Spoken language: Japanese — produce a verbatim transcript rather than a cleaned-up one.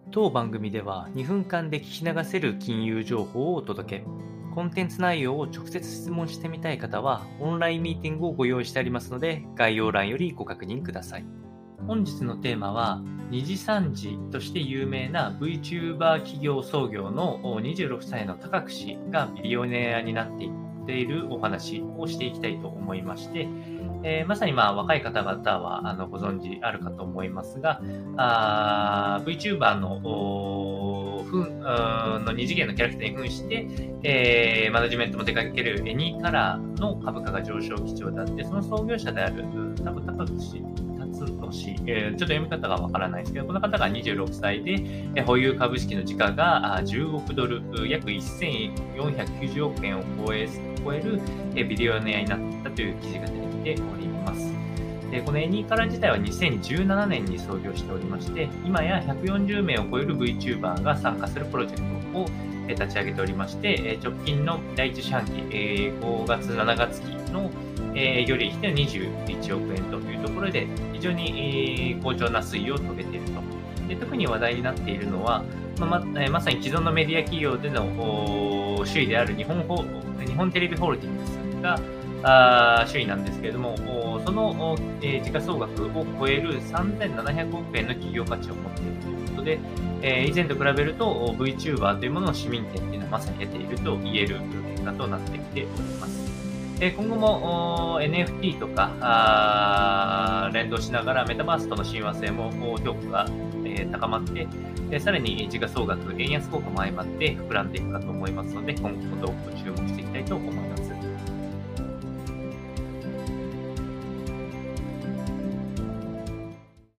当番組ではにふんかんで聞き流せる金融情報をお届け。コンテンツ内容を直接質問してみたい方はオンラインミーティングをご用意してありますので、概要欄よりご確認ください。本日のテーマは、にじさんじとして有名な VTuber 企業創業のにじゅうろくさいの高久氏がビリオネアになっていっているお話をしていきたいと思いまして、えー、まさにまあ若い方々はあのご存知あるかと思いますが、あ VTuber のふんの二次元のキャラクターに扮して、えー、マネジメントも出かけるエニーカラーの株価が上昇基調であって、その創業者である多分高久氏年、えー、ちょっと読み方がわからないですけど、この方がにじゅうろくさいで、えー、保有株式の時価がじゅうおくドル、約せんよんひゃくきゅうじゅうおくえんを超え、超える、えー、ビリオネアになったという記事が出てきております。でこのエニーカラー自体はにせんじゅうななねんに創業しておりまして、今やひゃくよんじゅうめいを超える VTuber が参加するプロジェクトを立ち上げておりまして、直近のだいいち四半期、ごがつ、しちがつ期の営業利益でにじゅういちおくえんというところで、非常に好調な推移を遂げていると。で特に話題になっているのは、まあままさに既存のメディア企業での首位である日本ホ日本テレビホールディングスがあ首位なんですけれども、その、えー、時価総額を超えるさんぜんななひゃくおくえんの企業価値を持っているということで、えー、以前と比べると VTuber というものの市民権というのはまさに得ていると言える結果となってきております。今後も エヌエフティー とか連動しながらメタバースとの親和性も評価が高まって、さらに時価総額、円安効果も相まって膨らんでいくかと思いますので、今後もどう注目していきたいと思います。